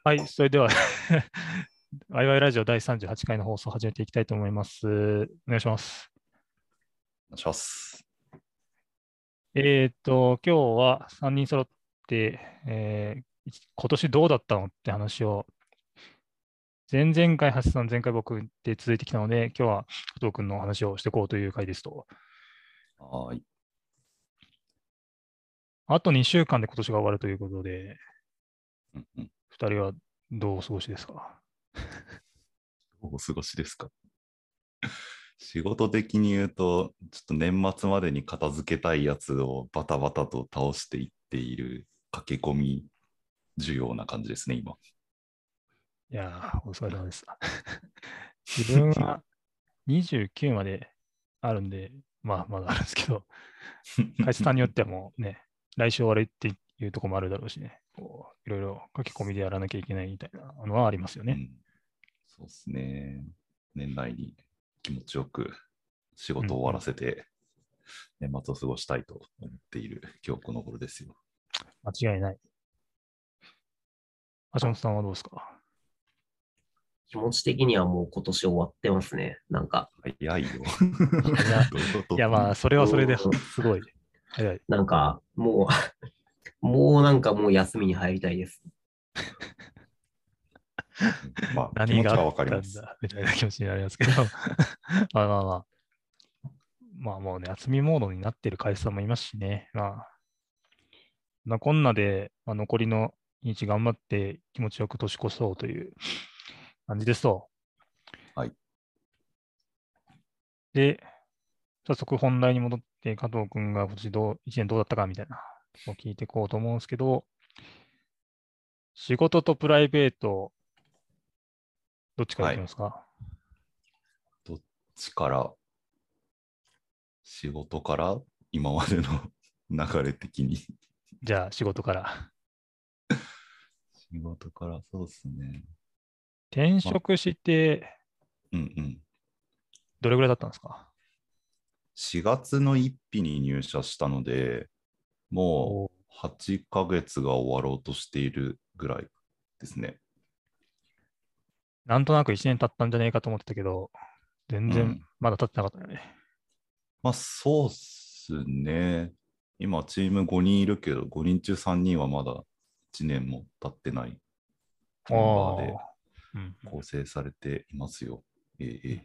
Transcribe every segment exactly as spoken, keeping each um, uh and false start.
はい、それではワイワイラジオだいさんじゅうはちかいの放送を始めていきたいと思います。お願いします。 お願いします。 えっと、今日はさんにん揃って、えー今年どうだったのって話を、前々回、橋さん、前回僕で続いてきたので、今日は加藤君の話をしていこうという回ですと。 はーい。 あとにしゅうかんで今年が終わるということで、 うんうん。 ふたりはどうお過ごしですか？ お過ごしですか？仕事的に言うと、ちょっと年末までに片付けたいやつをバタバタと倒していっている駆け込み需要な感じですね、今。 いやー、お疲れ様です。自分はにじゅうきゅうまであるんで、まあ、まだあるんですけど、会社さんによってはもうね、来週終わりっていうところもあるだろうしね、こういろいろ書き込みでやらなきゃいけないみたいなのはありますよね。 うん、そうですね。年内に気持ちよく仕事を終わらうんうん。 せて、年末を過ごしたいと思っている今日この頃ですよ。 間違いない。橋本さんはどうですか？ 気持ち的にはもう今年終わってますね。なんか、 早いよ。 早い。 どういうこいや、 と？ まあ、それはそれでうん、 すごい早い。 なんか、もう、もうなんかもう休みに入りたいです。 まあ、気何があっ持ちはわかります。 たんだみたいな気持ちになりますけど、まあまあまあ、まあもうね、休みモードになっている会社さんもいますしね、まあ、そんなこんなで、まあ、残りの日にち頑張って気持ちよく年越そうという感じですと。 はい。 で、早速本題に戻って、加藤君が今年どう、一年どうだったかみたいなを聞いていこうと思うんですけど、仕事とプライベート、どっちからいはい。 きますか？ どっちから、仕事から今までの流れ的にじゃあ仕事から。 仕事からそうですね。 転まあ、 職してうんうん。 どれぐらいだったんですか？ しがつのついたちに入社したので、もうおはちかげつが終わろうとしているぐらいですね。 なんとなくいちねん経ったんじゃねえかと思ってたけど、全然うん。 まだ経ってなかったよね。 まあそうっすね。今チームごにんいるけど、ごにん中さんにんはまだいちねんも経ってないあメンバーであ、うんうん構成されていますよ。えええうん。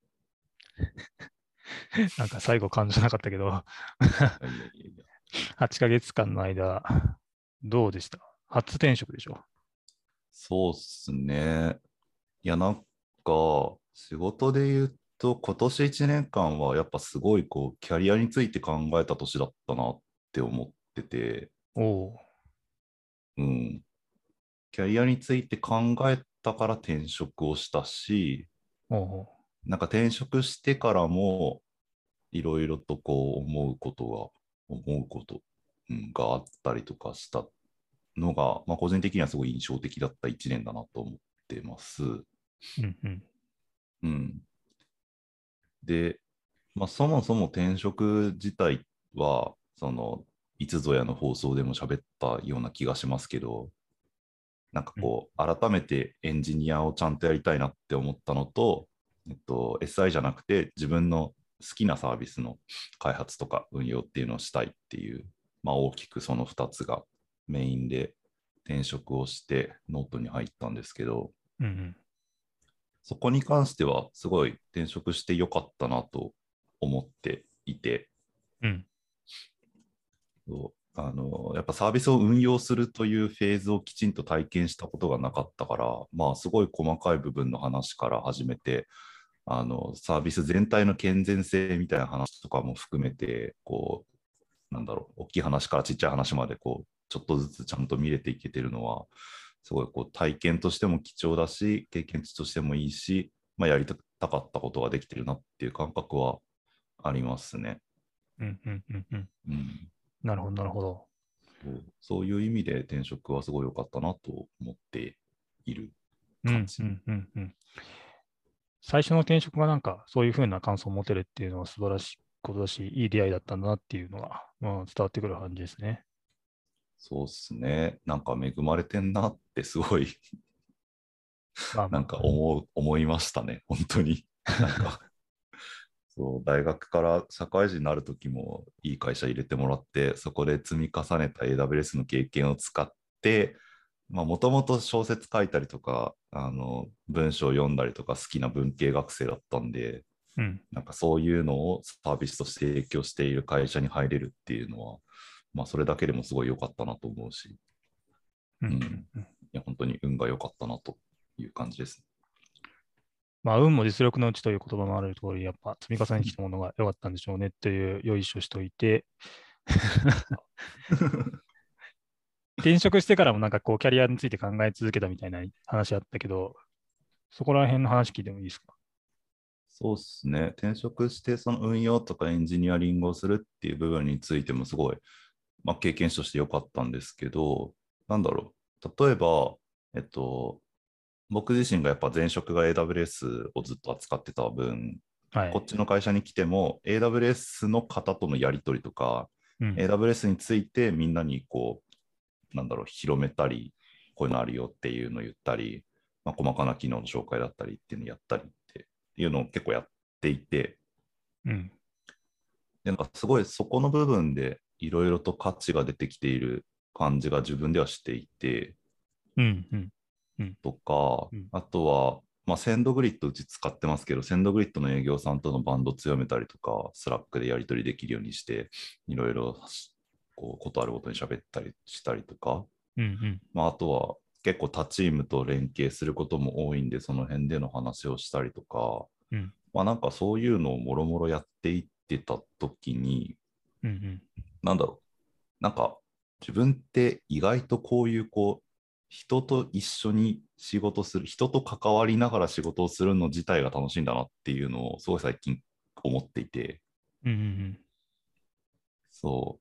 なんか最後感じなかったけど、 え。いやいやいやいや。 はちかげつかんの間、どうでした？初転職でしょ？ そうっすね。いや、なんか、仕事で言うと、今年いちねんかんは、やっぱすごい、こう、キャリアについて考えた年だったなって思ってて、 おおうん。キャリアについて考えたから転職をしたし、 おおなんか転職してからも、いろいろとこう、思うことが、思うこと、うん、があったりとかしたのが、まあ、個人的にはすごい印象的だったいちねんだなと思ってます。 うんうん。 うん。で、まあ、そもそも転職自体は、その、いつぞやの放送でも喋ったような気がしますけど、なんかうんこう、改めてエンジニアをちゃんとやりたいなって思ったのと、えっと、エスアイ じゃなくて自分の好きなサービスの開発とか運用っていうのをしたいっていう、まあ、大きくそのふたつがメインで転職をしてノートに入ったんですけど、 うんうんそこに関してはすごい転職してよかったなと思っていて、 うんあのやっぱサービスを運用するというフェーズをきちんと体験したことがなかったから、まあ、すごい細かい部分の話から始めて、あのサービス全体の健全性みたいな話とかも含めて、こう、なんだろう、大きい話からちっちゃい話までこう、ちょっとずつちゃんと見れていけてるのは、すごいこう体験としても貴重だし、経験値としてもいいし、まあ、やりたかったことができてるなっていう感覚はありますね。 うんうんうんうん。 うん、 なるほど、なるほど。 そうそういう意味で転職はすごい良かったなと思っている感じ。 うんうんうんうん。最初の転職がなんかそういうふうな感想を持てるっていうのは素晴らしいことだし、いい出会いだったんだなっていうのが、うん、伝わってくる感じですね。 そうっすね。なんか恵まれてんなってすごいまあまあ。 なんか思う、思いましたね、本当に。なんか、そう、大学から社会人になる時もいい会社入れてもらって、そこで積み重ねた エーダブリューエス の経験を使って、もともと小説書いたりとか、あの文章を読んだりとか好きな文系学生だったんで、 うん。 なんかそういうのをサービスとして提供している会社に入れるっていうのは、まあそれだけでもすごい良かったなと思うし、 うん。 うん、 うん。 いや本当に運が良かったなという感じです。 まあ、運も実力のうちという言葉もある通り、やっぱ積み重ねてきたものが良かったんでしょうねっていう良い意志をしておいて、転職してからもなんかこうキャリアについて考え続けたみたいな話あったけど、そこら辺の話聞いてもいいですか？ そうですね。転職してその運用とかエンジニアリングをするっていう部分についてもすごい、まあ、経験として良かったんですけど、なんだろう。例えば、えっと、僕自身がやっぱ前職が エーダブリューエス をずっと扱ってた分、 はい。 こっちの会社に来ても エーダブリューエス の方とのやり取りとか、 うん。 エーダブリューエス についてみんなにこう、なんだろう、広めたり、こういうのあるよっていうのを言ったり、まあ、細かな機能の紹介だったりっていうのをやったりっていうのを結構やっていて、 うん。 でなんかすごいそこの部分でいろいろと価値が出てきている感じが自分ではしていて、 うん。うん。うん。 とか、 うん。 あとは、まあ、センドグリッドうち使ってますけど、センドグリッドの営業さんとのバンド強めたりとか、スラックでやり取りできるようにして、いろいろこうことあるごとに喋ったりしたりとか、 うん。 まあ、あとは結構他チームと連携することも多いんで、その辺での話をしたりとか、 うん。 まあ、なんかそういうのをもろもろやっていってた時に、 うん。 なんだろう、なんか自分って意外とこういうこう人と一緒に仕事する、人と関わりながら仕事をするの自体が楽しいんだなっていうのをすごい最近思っていて、 うん。うん。 そう、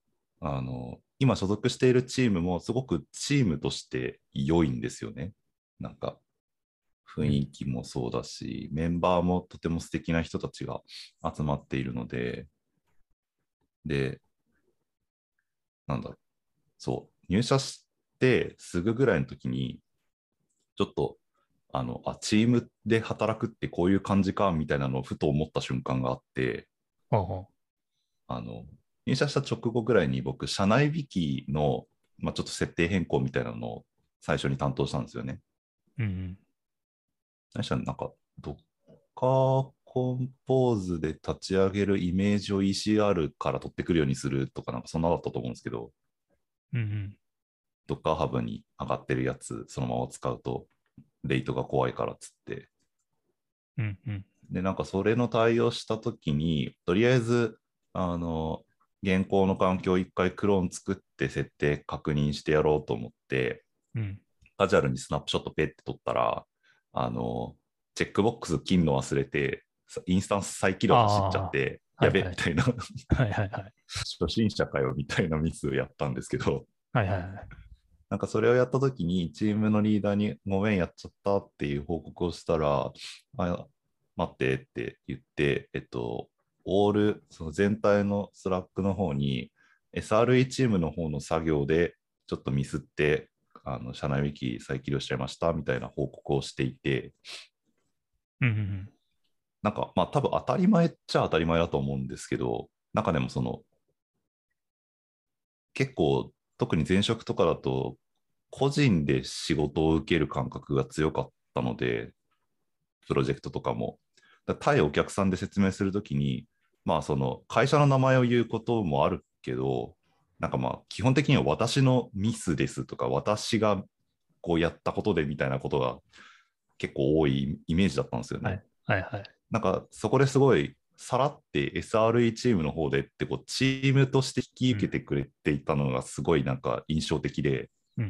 あの、今所属しているチームもすごくチームとして良いんですよね。なんか雰うん。 囲気もそうだし、メンバーもとても素敵な人たちが集まっているので、で、なんだろう、そう、入社してすぐぐらいの時に、ちょっと、あの、あ、チームで働くってこういう感じか、みたいなのをふと思った瞬間があって、 ほうほあの、入社した直後ぐらいに僕、社内引きの、まあ、ちょっと設定変更みたいなのを最初に担当したんですよね。 う。うん。 最初はなんか、ドッカーコンポーズで立ち上げるイメージを イーシーアール から取ってくるようにするとか、なんかそんなだったと思うんですけど、 うん。うん。 ドッカーハブに上がってるやつ、そのまま使うと、レイトが怖いからっつって、 うん。うん。 で、なんかそれの対応したときに、とりあえず、あの、現行の環境を一回クローン作って設定確認してやろうと思って、 うん。 カジュアルにスナップショットペッて取ったら、あの、チェックボックス切るの忘れて、インスタンス再起動走っちゃっあて、 あ、はやいはい。 べみたいな、 はいはいはい。 初心者かよみたいなミスをやったんですけど、 はいはいはい。 なんかそれをやったときに、チームのリーダーにごめんやっちゃったっていう報告をしたら、あ、待ってって言って、えっと、オール、その全体のスラックの方に、エスアールイー チームの方の作業でちょっとミスって、あの社内ウィキ再起動しちゃいましたみたいな報告をしていて、 うん。うん。 なんかまあ多分当たり前っちゃ当たり前だと思うんですけど、なんかでもその結構特に前職とかだと個人で仕事を受ける感覚が強かったので、プロジェクトとかも。だ対お客さんで説明するときに、まあその会社の名前を言うこともあるけど、なんかまあ基本的には私のミスですとか、私がこうやったことでみたいなことが結構多いイメージだったんですよね。 はいはいはい。 なんかそこですごいさらって エスアールイー チームの方でってこうチームとして引き受けてくれていたのがすごいなんか印象的で、 うん。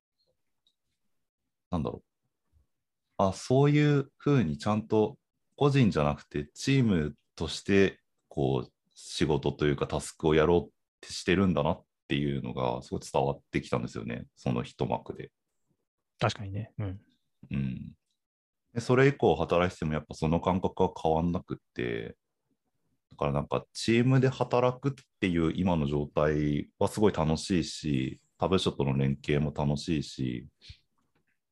なんだろう。あ、そういうふうにちゃんと個人じゃなくてチームとしてこう仕事というかタスクをやろうってしてるんだなっていうのがすごい伝わってきたんですよね。その一幕で。 確かにね。うん。 うん。で、それ以降働いててもやっぱその感覚は変わんなくって、だからなんかチームで働くっていう今の状態はすごい楽しいし、他部署との連携も楽しいし、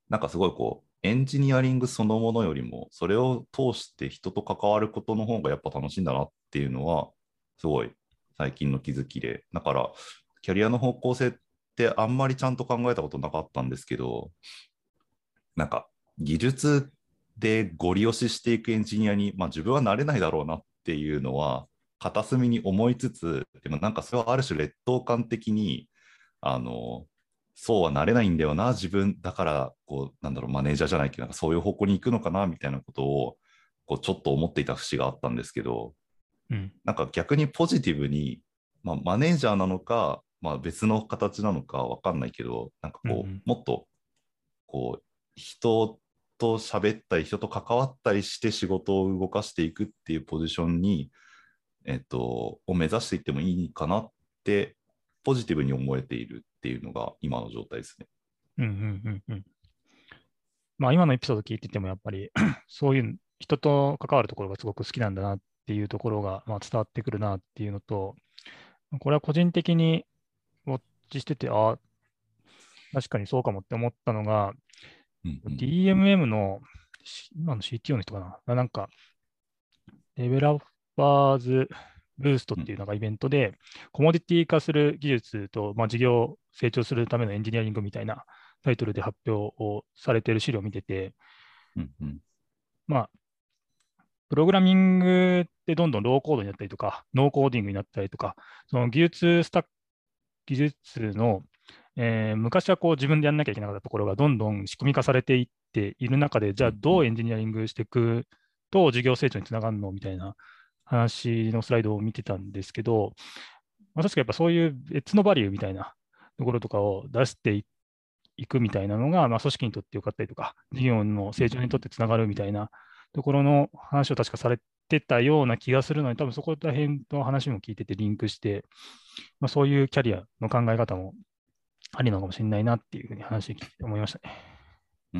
なんかすごいこう、エンジニアリングそのものよりも、それを通して人と関わることの方がやっぱ楽しいんだなっていうのは、すごい最近の気づきで、だから、キャリアの方向性ってあんまりちゃんと考えたことなかったんですけど、なんか技術でゴリ押ししていくエンジニアに、まあ、自分はなれないだろうなっていうのは片隅に思いつつ、でもなんかそれはある種劣等感的に、あのそうはなれないんだよな、自分だからこうなんだろう、マネージャーじゃないけどなんかそういう方向に行くのかなみたいなことをこうちょっと思っていた節があったんですけど、 うん。 なんか逆にポジティブに、まあ、マネージャーなのか、まあ、別の形なのかわかんないけど、なんかこうんうん。 うもっとこう人と喋ったり人と関わったりして仕事を動かしていくっていうポジションに、えっと、を目指していってもいいかなってポジティブに思えているっていうのが今の状態ですね。 うんうんうんうん。まあ今のエピソード聞いててもやっぱりそういう人と関わるところがすごく好きなんだなっていうところがまあ伝わってくるなっていうのと、これは個人的にウォッチしてて、ああ、確かにそうかもって思ったのが、 うんうんディーエムエム の、し今の シーティーオー の人かな、なんか、デベロッパーズブーストうんっていうなんかイベントで、コモディティ化する技術と、まあ、事業を成長するためのエンジニアリングみたいなタイトルで発表をされている資料を見てて、 うんうんまあ、プログラミングってどんどんローコードになったりとか、ノーコーディングになったりとか、その技術スタック、技術の、えー昔はこう自分でやんなきゃいけなかったところがどんどん仕組み化されていっている中で、じゃあうんうんどうエンジニアリングしていくと事業成長につながるのみたいな話のスライドを見てたんですけど、まあ、確かやっぱそういう別のバリューみたいなところとかを出していいくみたいなのが、まあ、組織にとってよかったりとか、事業の成長にとってつながるみたいなところの話を確かされてたような気がするのに、多分そこら辺の話も聞いててリンクして、まあ、そういうキャリアの考え方もありなのかもしれないなっていうふうに話して聞いて思いましたね。 うん、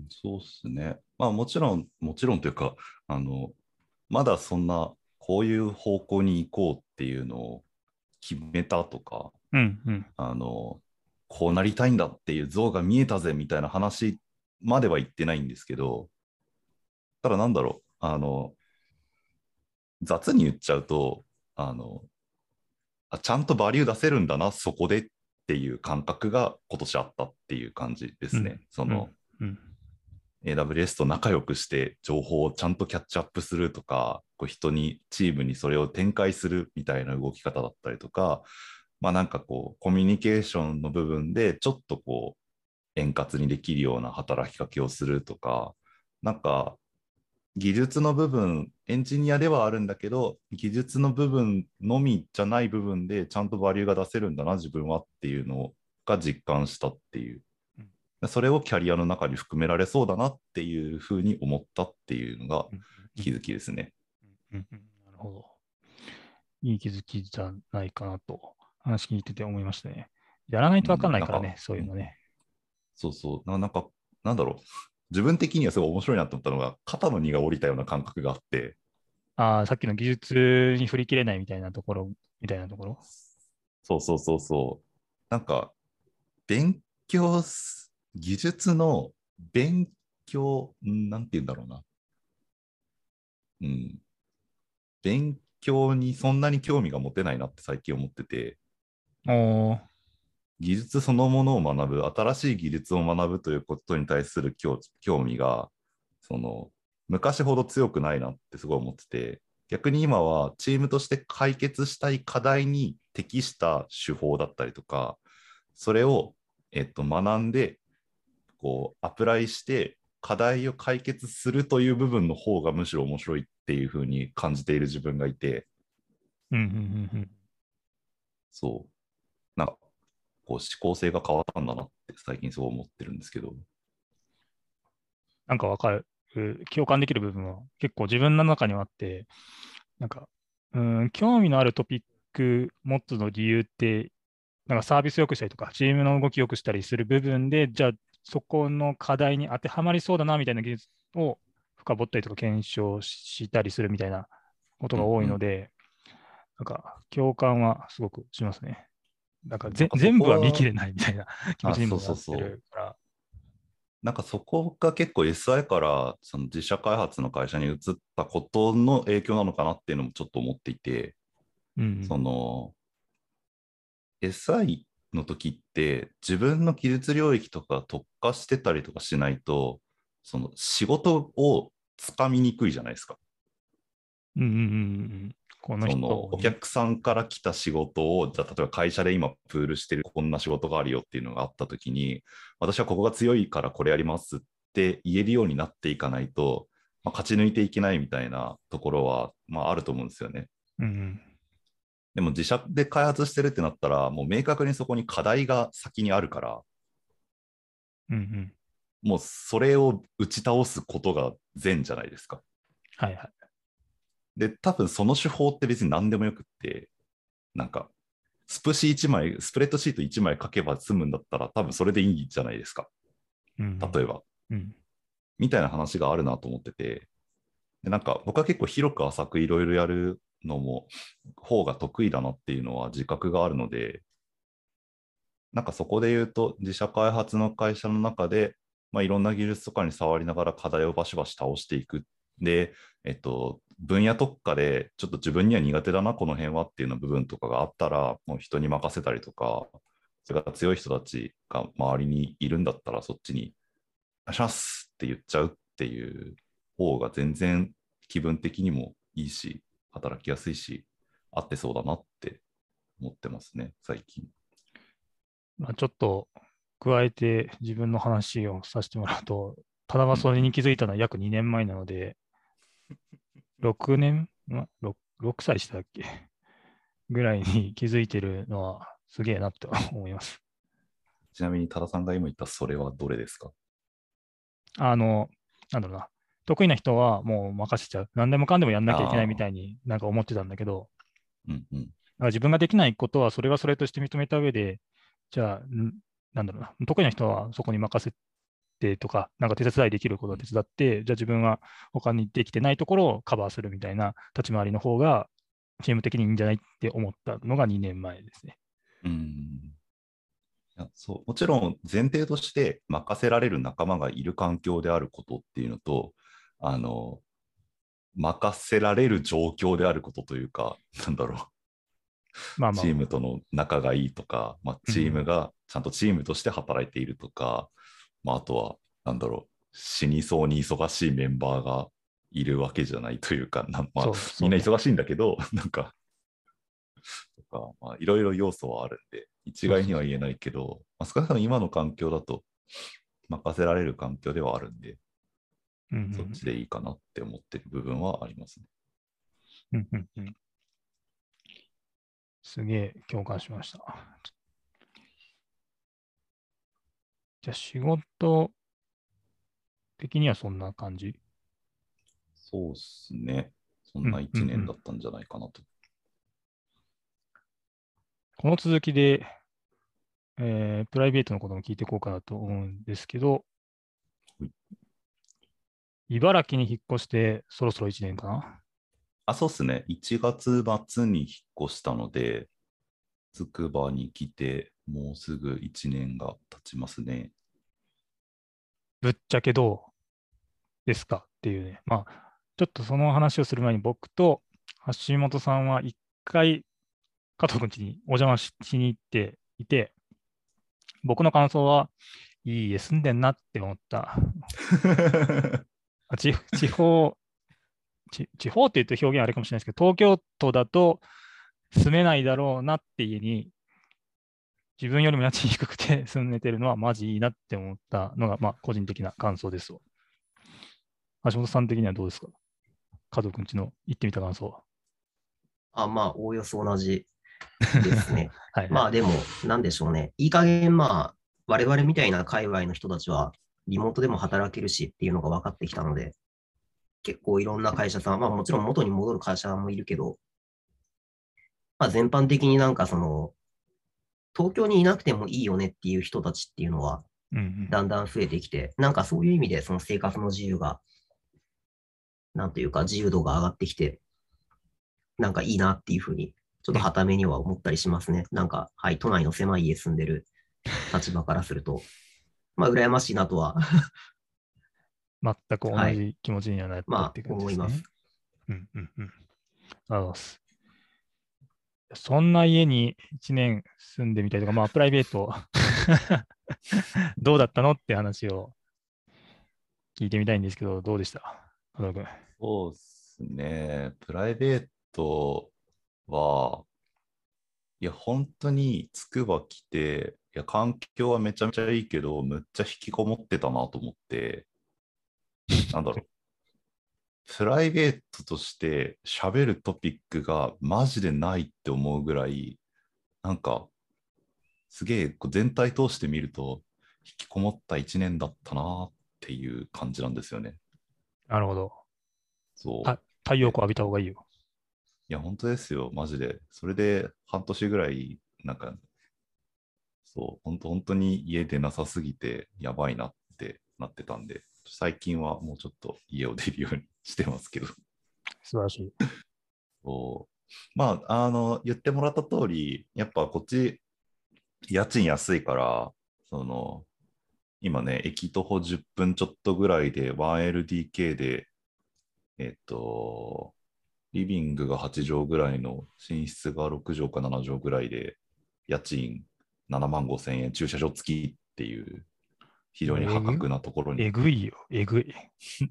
そうっすね。まあもちろん、もちろんというか、あの、まだそんな、こういう方向に行こうっていうのを決めたとか、 うんうん。 あの、こうなりたいんだっていう像が見えたぜみたいな話までは言ってないんですけど、ただなんだろう、あの、雑に言っちゃうと、あの、あちゃんとバリュー出せるんだな、そこでっていう感覚が今年あったっていう感じでうんすね。そうんの、 うんエーダブリューエス と仲良くして情報をちゃんとキャッチアップするとか、こう人に、チームにそれを展開するみたいな動き方だったりとか、まあなんかこう、コミュニケーションの部分でちょっとこう、円滑にできるような働きかけをするとか、なんか技術の部分、エンジニアではあるんだけど、技術の部分のみじゃない部分でちゃんとバリューが出せるんだな、自分はっていうのが実感したっていう。それをキャリアの中に含められそうだなっていうふうに思ったっていうのがうんうん気づきですね。 うんうんなるほど。いい気づきじゃないかなと話聞いてて思いましたね。やらないと分かんうん、なんか、 ないからね、そういううんのね。 そうそうな、なんか、なんだろう。自分的にはすごい面白いなと思ったのが、肩の荷が下りたような感覚があって、 ああ、さっきの技術に振り切れないみたいなところ、みたいなところ。 そうそうそうそう。なんか、勉強す、技術の勉強、んなんて言うんだろうな。うん。勉強にそんなに興味が持てないなって最近思ってて、 おー、 技術そのものを学ぶ、新しい技術を学ぶということに対する興興味が、その、昔ほど強くないなってすごい思ってて、逆に今はチームとして解決したい課題に適した手法だったりとか、それを、えっと、学んで、こう、アプライして、課題を解決するという部分の方がむしろ面白いっていうふうに感じている自分がいて、 うんうんうんうん。 そう、なんか、こう、思考性が変わったんだなって最近そう思ってるんですけど。 なんかわかる。う共感できる部分は結構自分の中にはあって、なんか、うん、興味のあるトピック持つの理由って、なんかサービス良くしたりとか、チームの動き良くしたりする部分で、じゃあそこの課題に当てはまりそうだなみたいな技術を深掘ったりとか検証したりするみたいなことが多いうんうん。 ので、なんか共感はすごくしますね。なんかぜなんかそ全部は見切こは、 れないみたいな気持あ、 ちにそうもなってそうそるから。 なんかそこが結構 エスアイ からその自社開発の会社に移ったことの影響なのかなっていうのもちょっと思っていて、 うん。 その エスアイ の時って自分の技術領域とか特化してたりとかしないと、その仕事をつかみにくいじゃないですか。 うんうんうんうん。このそ人に。 のお客さんから来た仕事を、じゃあ例えば会社で今プールしてるこんな仕事があるよっていうのがあった時に、私はここが強いからこれやりますって言えるようになっていかないと、まあ、勝ち抜いていけないみたいなところは、まあ、あると思うんですよね。 うんうんでも自社で開発してるってなったら、もう明確にそこに課題が先にあるから、 うんうん。 もうそれを打ち倒すことが善じゃないですか。 はいはい。 で、多分その手法って別に何でもよくって、なんか、スプシいちまい、スプレッドシートいちまい書けば済むんだったら、多分それでいいじゃないですか。 うんうん。 例えば。 うんみたいな話があるなと思ってて、でなんか僕は結構広く浅くいろいろやるのも、方が得意だなっていうのは自覚があるので、なんかそこで言うと、自社開発の会社の中で、まあ、いろんな技術とかに触りながら課題をバシバシ倒していく。で、えっと、分野特化で、ちょっと自分には苦手だな、この辺はっていうの部分とかがあったら、もう人に任せたりとか、それから強い人たちが周りにいるんだったら、そっちに、お願いしますって言っちゃうっていう方が全然気分的にもいいし、働きやすいし、合ってそうだなって思ってますね、最近。 まあ、ちょっと加えて自分の話をさせてもらうと、ただがそれに気づいたのは約にねんまえなので、ろくねん、ま、6, ろくさいしたっけぐらいに気づいてるのはすげえなって思います。 ちなみに多田さんが今言ったそれはどれですか？ あの、なんだろうな。得意な人はもう任せちゃう。何でもかんでもやんなきゃいけないみああ、 たいになんか思ってたんだけど、 うんうん。 だから自分ができないことはそれはそれとして認めた上で、じゃあ、んなんだろうな。得意な人はそこに任せてとか、なんか手伝いできることは手伝って、じゃあ自分は他にできてないところをカバーするみたいな立ち回りの方が、チーム的にいいんじゃないって思ったのがにねんまえですね。 うんいやそうもちろん前提として任せられる仲間がいる環境であることっていうのと、あの、任せられる状況であることというか、なんだろう、 まあまあ、 チームとの仲がいいとか、まあ、チームうん、 がちゃんとチームとして働いているとか、まあ、あとは、なんだろう、死にそうに忙しいメンバーがいるわけじゃないというか、なまあ、 そうそうね。 みんな忙しいんだけど、なんか、とか、まあ、いろいろ要素はあるんで、一概そうそうそには言えないけど、まあ、少なくとも今の環境だと任せられる環境ではあるんで、 う。うんそっちでいいかなって思ってる部分はありますね。 うんうんうんうん、すげえ共感しました。じゃあ仕事的にはそんな感じ？ そうっすね。そんなうんうん一年だうん。 ったんじゃないかなと。 この続きで、えープライベートのことも聞いていこうかなと思うんですけど、 はい茨城に引っ越してそろそろいちねんかな。 あ、そうっすね。いちがつ末に引っ越したので、つくばに来て、もうすぐいちねんが経ちますね。 ぶっちゃけどうですかっていうね。まあ、ちょっとその話をする前に僕と橋本さんは一回加藤くん家にお邪魔しに行っていて、僕の感想は、いい家住んでんなって思った。あ地地方地、地方って言うと表現あれかもしれないですけど、東京都だと住めないだろうなって家に、自分よりも家賃低くて住んでてるのはマジいいなって思ったのが、まあ、個人的な感想ですわ。橋本さん的にはどうですか？家族んちの行ってみた感想は。 あ、まあ、おおよそ同じですね。 はいはい。 まあでも、なんでしょうね。いい加減、まあ、我々みたいな界隈の人たちは、リモートでも働けるしっていうのが分かってきたので、結構いろんな会社さん、まあもちろん元に戻る会社もいるけど、まあ全般的になんかその、東京にいなくてもいいよねっていう人たちっていうのは、 うんうん、 だんだん増えてきて、なんかそういう意味でその生活の自由が、なんというか自由度が上がってきて、なんかいいなっていうふうに、ちょっとはためには思ったりしますね。なんか、はい、都内の狭い家住んでる立場からすると。 まあ、羨ましいなとは、 全く同はい。 じ気持ちにはなったっまあ、 て感じですね。 思います。 うんうんうん。ありがとうございます。そんな家にいちねん住んでみたりとか、まあ、プライベートどうだったのって話を聞いてみたいんですけど、どうでした加藤君。 そうですね。プライベートは、いや、本当に筑波来て、いや、環境はめちゃめちゃいいけど、むっちゃ引きこもってたなと思って、なんだろう。プライベートとして喋るトピックがマジでないって思うぐらい、なんか、すげえこう全体通して見ると、引きこもった一年だったなっていう感じなんですよね。 なるほど。 そた太う。で、 陽光浴びた方がいいよ。 いや、本当ですよ、マジで。それで半年ぐらい、なんか、そう、本当、本当に家出なさすぎて、やばいなってなってたんで、最近はもうちょっと家を出るようにしてますけど。 素晴らしい。 そうまあ、あの、言ってもらった通り、やっぱこっち、家賃安いから、その、今ね、駅徒歩じゅっぷんちょっとぐらいで ワンエルディーケー で、えっと、リビングがはち畳ぐらいの寝室がろく畳かなな畳ぐらいで、家賃ななまんごせん円、駐車場付きっていう非常にえぐ、 破格なところに。 えぐいよ。えぐい。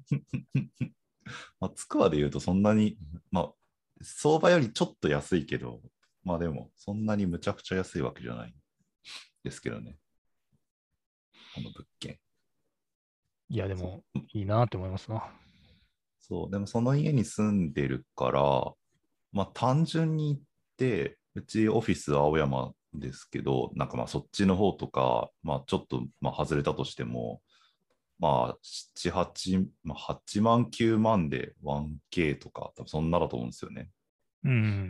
まあ、つくばで言うとそんなに、まあ、相場よりちょっと安いけど、まあでも、そんなにむちゃくちゃ安いわけじゃないですけどね、この物件。 いや、でそうも、いいなって思いますな。 そう、でもその家に住んでるから、まあ単純に言って、うちオフィス青山ですけど、なんかまあそっちの方とか、まあちょっとまあ外れたとしても、まあなな、はち、まあ、はちまんきゅうまんで ワンケー とか、多分そんなだと思うんですよね。 うん。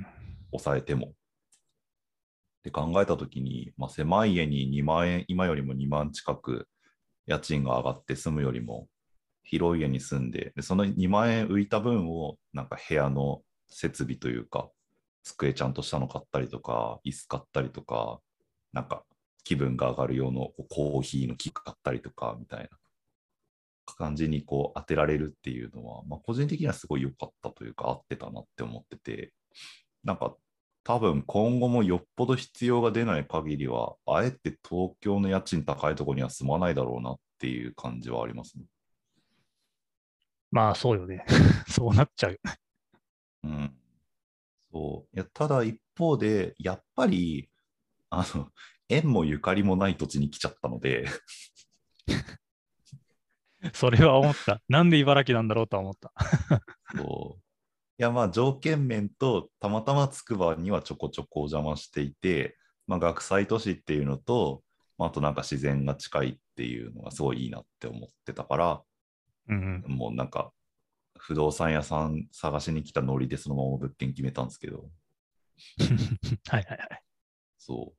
抑えても。って考えたときに、まあ、狭い家ににまん円、今よりもにまん近く家賃が上がって住むよりも、広い家に住んで、でそのにまん円浮いた分を、なんか部屋の設備というか、机ちゃんとしたの買ったりとか、椅子買ったりとか、なんか気分が上がる用のコーヒーのキック買ったりとか、みたいな感じにこう当てられるっていうのは、まあ、個人的にはすごい良かったというか、合ってたなって思ってて、なんか多分今後もよっぽど必要が出ない限りは、あえて東京の家賃高いところには住まないだろうなっていう感じはありますね。 まあ、そうよね。そうなっちゃうよ。 うん。そう。いや、ただ一方で、やっぱり、あの、縁もゆかりもない土地に来ちゃったので、 それは思った。なんで茨城なんだろうとは思った。 そう。いや、まあ条件面と、たまたま筑波にはちょこちょこお邪魔していて、まあ学際都市っていうのと、まあ、あとなんか自然が近いっていうのがすごいいいなって思ってたから、 うんうん。 もうなんか不動産屋さん探しに来たノリでそのまま物件決めたんですけど、 はいはいはい。 そう、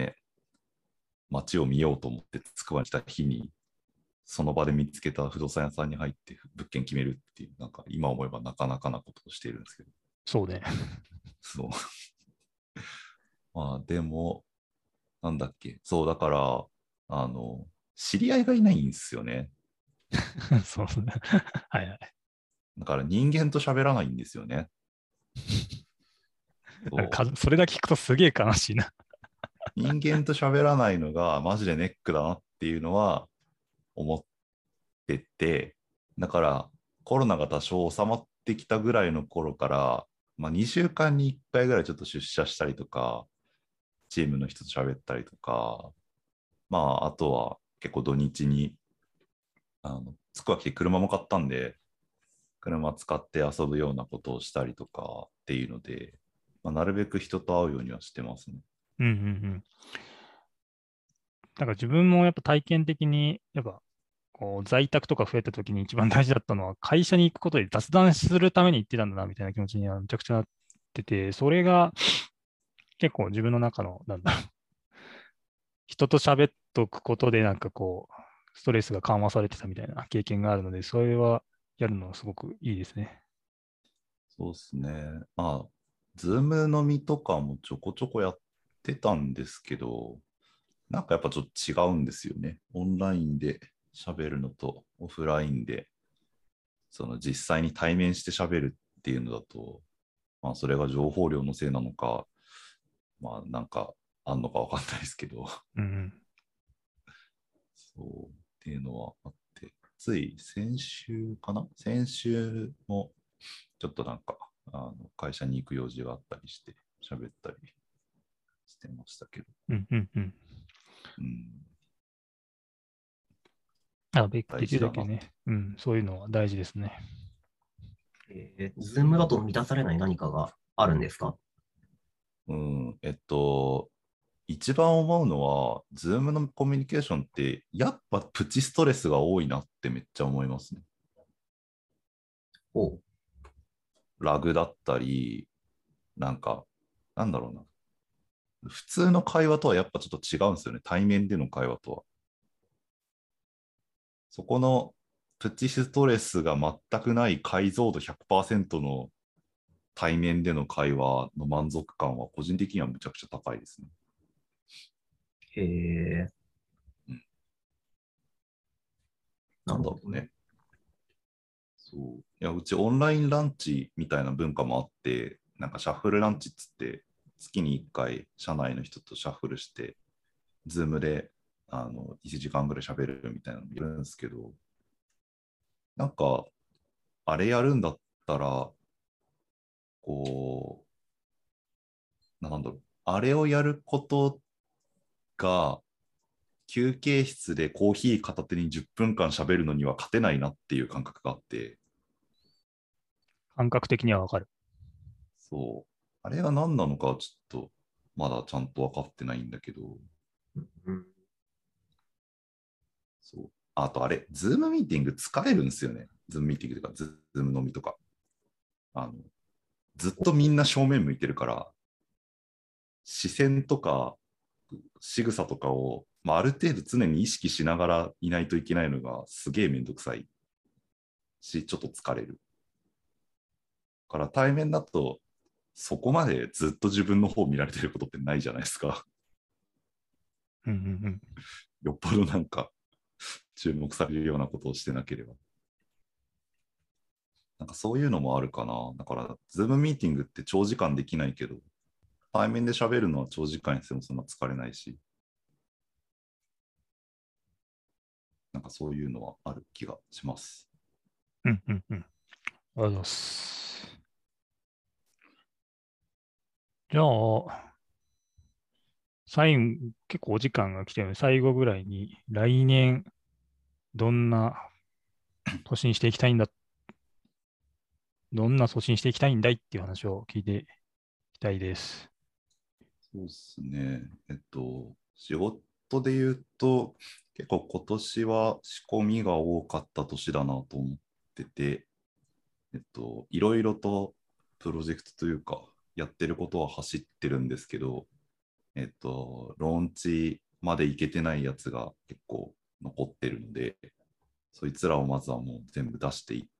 ね、街を見ようと思って筑波に来た日に、その場で見つけた不動産屋さんに入って物件決めるっていう、なんか今思えばなかなかなことをしているんですけど、 そうね。 そう。まあでも、なんだっけ、そうだから、あの、知り合いがいないんですよね。 そうね。はいはい。 だから人間と喋らないんですよね。 なんかそう。 それだけ聞くとすげえ悲しいな。 人間と喋らないのがマジでネックだなっていうのは思ってて、だからコロナが多少収まってきたぐらいの頃から、まあ、にしゅうかんにいっかいぐらいちょっと出社したりとか、チームの人と喋ったりとか、まあ、あとは結構土日に、あの、つくば来て車も買ったんで、車使って遊ぶようなことをしたりとかっていうので、まあ、なるべく人と会うようにはしてますね。 うんうんうん。なんか自分もやっぱ体験的に、やっぱこう在宅とか増えた時に一番大事だったのは、会社に行くことで雑談するために行ってたんだな、みたいな気持ちにはめちゃくちゃなってて、それが結構自分の中の、なんだろう、人と喋っとくことでなんかこう、ストレスが緩和されてたみたいな経験があるので、それはやるのはすごくいいですね。 そうですね。まあ、ズーム飲みとかもちょこちょこやってたんですけど、 なんかやっぱちょっと違うんですよね。オンラインで喋るのとオフラインで、その実際に対面して喋るっていうのだと、まあそれが情報量のせいなのか、まあなんかあんのかわかんないですけど、 うん。 そうっていうのはあって、つい先週かな先週もちょっとなんかあの会社に行く用事があったりして喋ったりしてましたけど、 うんうんうん。 うん、 あ、でできる大事だな。 だけね、うん、そういうのは大事ですね。 えー、ズームだと満たされない何かがあるんですか？ うん、えっと、一番思うのは、ズームのコミュニケーションって、やっぱプチストレスが多いなってめっちゃ思いますね。 おう。 ラグだったり、なんか、なんだろうな。普通の会話とはやっぱちょっと違うんですよね。対面での会話とは。そこのプチストレスが全くない解像度ひゃくパーセントの対面での会話の満足感は個人的にはむちゃくちゃ高いですね。 へえ。 うん、なんなるほど。 だろうね。そう。いや、うちオンラインランチみたいな文化もあって、なんかシャッフルランチっつって、月にいっかい社内の人とシャッフルして、ズームであのいちじかんぐらい喋るみたいなのいるんですけど、なんか、あれやるんだったら、こう、なんだろう、あれをやることが、休憩室でコーヒー片手にじゅっぷんかん喋るのには勝てないなっていう感覚があって、 感覚的にはわかる。 そう。あれが何なのかはちょっとまだちゃんと分かってないんだけど、 うん、 そう。あとあれ、ズームミーティング疲れるんですよね。ズームミーティングとか、ズーム飲みとか。あの、ずっとみんな正面向いてるから、視線とか仕草とかを、まあ、ある程度常に意識しながらいないといけないのがすげえめんどくさいし、ちょっと疲れる。から対面だと、そこまでずっと自分の方見られてることってないじゃないですか。 うんうんうん。 よっぽどなんか注目されるようなことをしてなければ。なんかそういうのもあるかな。だから、ズームミーティングって長時間できないけど、対面で喋るのは長時間にしてもそんな疲れないし、なんかそういうのはある気がします。 うんうんうん。ありがとうございます。じゃあ、最後、結構お時間が来てるので、最後ぐらいに、来年、どんな年にしていきたいんだ、どんな年にしていきたいんだいっていう話を聞いていきたいです。 そうですね。えっと、仕事で言うと、結構今年は仕込みが多かった年だなと思ってて、えっと、いろいろとプロジェクトというか、やってることは走ってるんですけど、えっと、ローンチまでいけてないやつが結構残ってるので、そいつらをまずはもう全部出していって、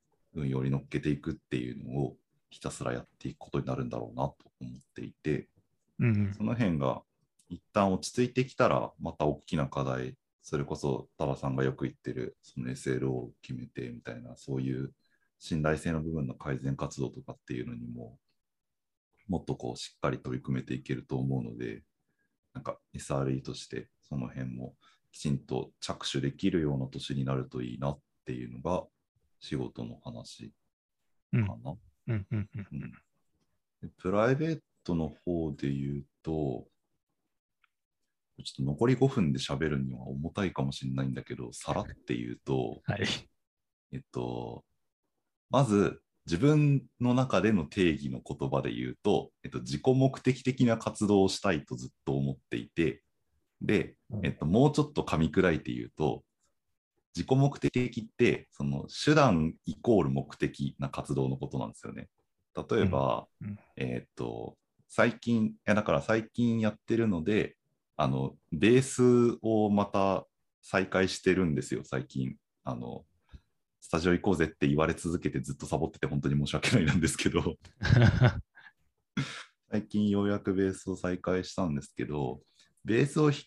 運用に乗っけていくっていうのをひたすらやっていくことになるんだろうなと思っていて、 うんうんその辺が一旦落ち着いてきたら、また大きな課題、それこそ多田さんがよく言ってるその エスエルオー を決めてみたいな、そういう信頼性の部分の改善活動とかっていうのにも、もっとこうしっかり取り組めていけると思うので、なんか エスアールイー としてその辺もきちんと着手できるような年になるといいなっていうのが仕事の話うんかな。 うんうんうんうん、でプライベートの方で言うと、ちょっと残りごふんで喋るには重たいかもしれないんだけど、さらって言うと、 はい。 えっと、まず自分の中での定義の言葉で言うと、えっと、自己目的的な活動をしたいとずっと思っていて、で、えっと、もうちょっと噛み砕いて言うと、自己目的ってその手段イコール目的な活動のことなんですよね。例えば、 うんうんえっと、最近、いやだから最近やってるので、あの、ベースをまた再開してるんですよ、最近。あの、スタジオ行こうぜって言われ続けてずっとサボってて本当に申し訳ないなんですけど、最近ようやくベースを再開したんですけど、ベースを弾くっ 、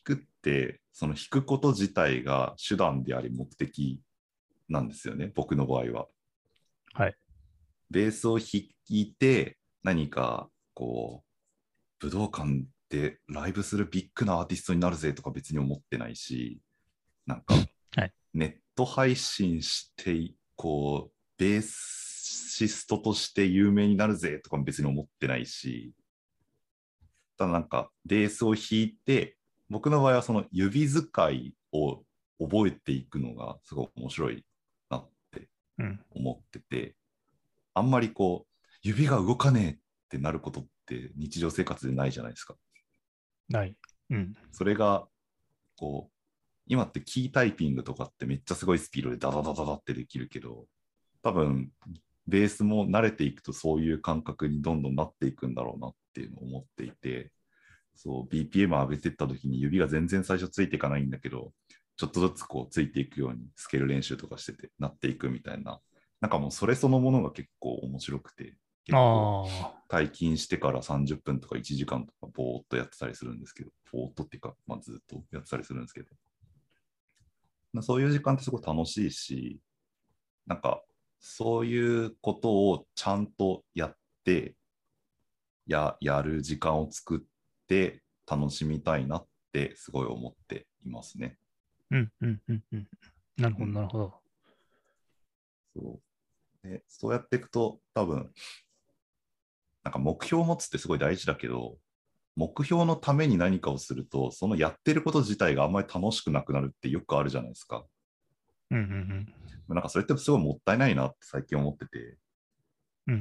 その弾くこと自体が手段であり目的なんですよね、僕の場合は。 はい。 ベースを弾いて、何かこう、武道館でライブするビッグなアーティストになるぜとか別に思ってないし、なんか、ネット配信して、こう、ベーシストとして有名になるぜとかも別に思ってないし、ただなんか、ベースを弾いて、僕の場合はその指使いを覚えていくのがすごい面白いなって思ってて、うん、あんまりこう、指が動かねえってなることって日常生活でないじゃないですか。 ない。うん。 それが、こう、今ってキータイピングとかってめっちゃすごいスピードでダダダダダってできるけど、多分、ベースも慣れていくとそういう感覚にどんどんなっていくんだろうなっていうのを思っていて、そう、ビーピーエム 上げていった時に指が全然最初ついていかないんだけど、ちょっとずつこうついていくようにスケール練習とかしててなっていくみたいな、なんかもうそれそのものが結構面白くて、結構退勤してからさんじゅっぷんとかいちじかんとかぼーっとやってたりするんですけど、ぼーっとっていうか、まあ、ずっとやってたりするんですけど、そういう時間ってすごい楽しいし、なんかそういうことをちゃんとやってや、やる時間を作って楽しみたいなってすごい思っていますね。 うんうんうんうん。なるほど、なるほど。 うん、そうで、そうやっていくと多分、なんか目標を持つってすごい大事だけど、目標のために何かをすると、そのやってること自体があんまり楽しくなくなるってよくあるじゃないですか。 うんうんうん。 なんかそれってすごいもったいないなって最近思ってて、 うんうん、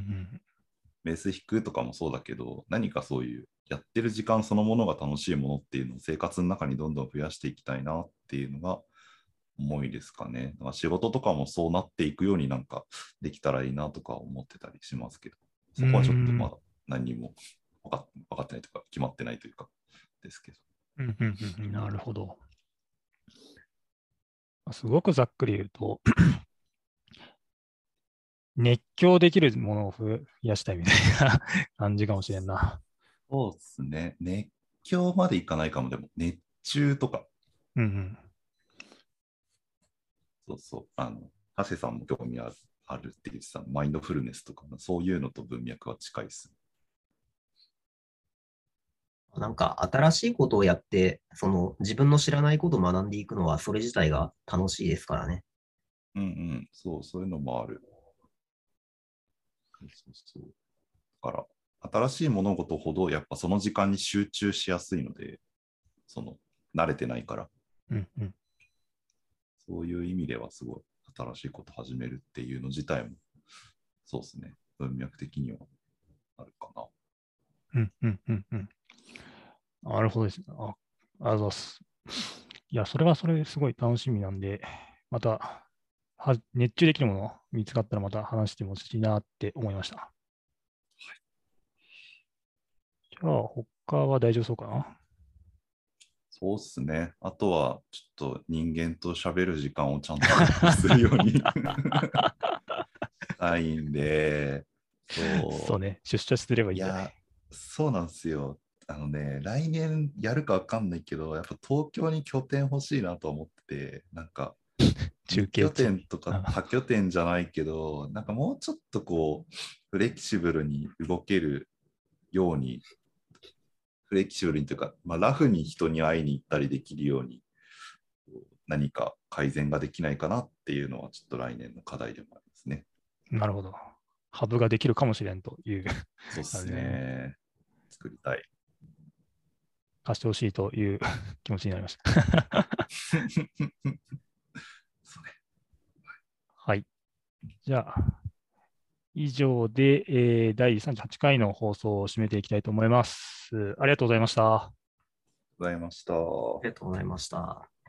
ベース弾くとかもそうだけど、何かそういうやってる時間そのものが楽しいものっていうのを生活の中にどんどん増やしていきたいなっていうのが思いですかね。だから仕事とかもそうなっていくようになんかできたらいいなとか思ってたりしますけど、そこはちょっとまだ何も分か分かってないというか決まってないというかですけど。 うんうんうん、なるほど。すごくざっくり言うと熱狂できるものを増やしたいみたいな感じかもしれんな。 そうですね。熱狂までいかないかも、でも熱中とか。 うんうん。 そうそう。あの、ハセさんも興味あるあるって言ってたマインドフルネスとか、そういうのと文脈は近いです。 なんか新しいことをやって、その自分の知らないことを学んでいくのは、それ自体が楽しいですからね。 うんうん、そう、そういうのもある。そうそうそう。だから、新しい物事ほどやっぱその時間に集中しやすいので、その、慣れてないから。 うんうん、 そういう意味ではすごい新しいこと始めるっていうの自体も、そうですね、文脈的にはあるかな。 うんうんうんうん。なるほどですね。あ、ありがとうございます。いや、それはそれですごい楽しみなんで、または熱中できるもの見つかったらまた話してほしいなって思いました。はい、じゃあ、他は大丈夫そうかな。 そうっすね。あとは、ちょっと人間と喋る時間をちゃんとするようにしたいんで、そう。 そうね、出社すればいいんいじゃない。 や、そうなんですよ。あのね、来年やるかわかんないけど、やっぱ東京に拠点欲しいなと思ってて、なんか、 中に拠継地。 点とか多拠点じゃないけど、なんかもうちょっとこう、フレキシブルに動けるように、フレキシブルにというか、まあ、ラフに人に会いに行ったりできるように、何か改善ができないかなっていうのは、ちょっと来年の課題でもありますね。 なるほど。ハブができるかもしれんという。 そうですね。作りたい。 貸してほしいという気持ちになりました。 そうね。 はい。じゃあ、以上で、えー、だいさんじゅうはちかいの放送を締めていきたいと思います。ありがとうございました。ありがとうございました。 ありがとうございました。